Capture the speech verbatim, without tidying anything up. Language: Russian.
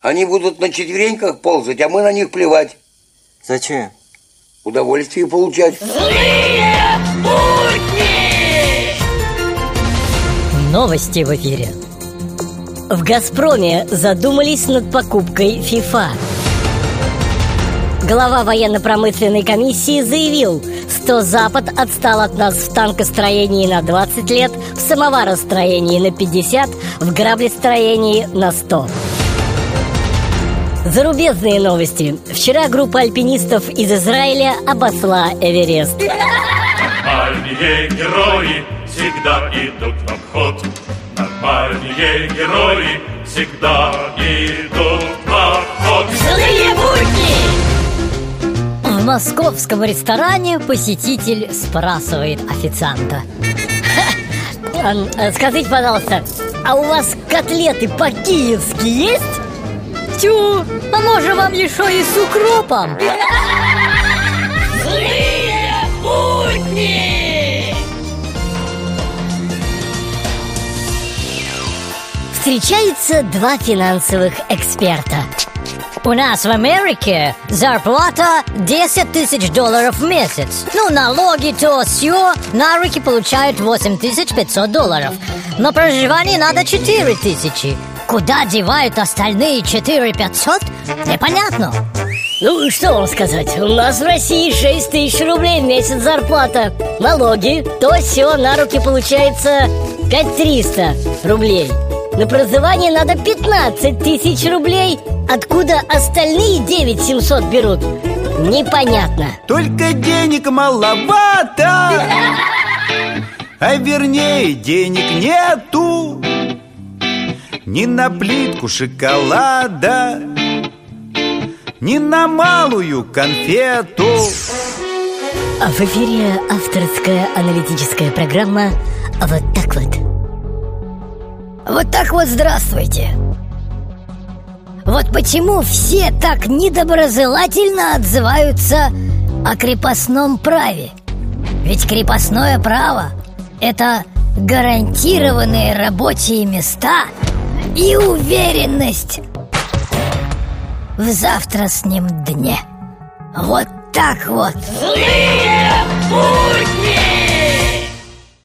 Они будут на четвереньках ползать, а мы на них плевать. Зачем? Удовольствие получать. Злые будни! Новости в эфире. В «Газпроме» задумались над покупкой FIFA. Глава военно-промышленной комиссии заявил, что Запад отстал от нас в танкостроении на двадцать лет, в самоваростроении на пятьдесят, в граблестроении на сто. Зарубежные новости. Вчера группа альпинистов из Израиля обошла Эверест. Нормальные герои всегда идут в обход. Нормальные герои всегда идут в обход. Злые будни! В московском ресторане посетитель спрашивает официанта: скажите, пожалуйста, а у вас котлеты по-киевски есть? Тю, а может вам еще и с укропом? Злые будни! Встречаются два финансовых эксперта. У нас в Америке зарплата десять тысяч долларов в месяц. Ну, налоги, то сё, на руки получают восемь тысяч пятьсот долларов. На проживание надо четыре тысячи. Куда девают остальные четыре тысячи пятьсот? Непонятно. Ну, что вам сказать, у нас в России шесть тысяч рублей в месяц зарплата. Налоги, то сё, на руки получается пять тысяч триста рублей. На проживание надо пятнадцать тысяч рублей. Откуда остальные девять тысяч семьсот берут? Непонятно. Только денег маловато, а вернее денег нету ни на плитку шоколада, ни на малую конфету. А в эфире авторская аналитическая программа «Вот так вот». Вот так вот, здравствуйте. Вот почему все так недоброжелательно отзываются о крепостном праве. Ведь крепостное право – это гарантированные рабочие места и уверенность в завтрашнем дне. Вот так вот. Злые будни!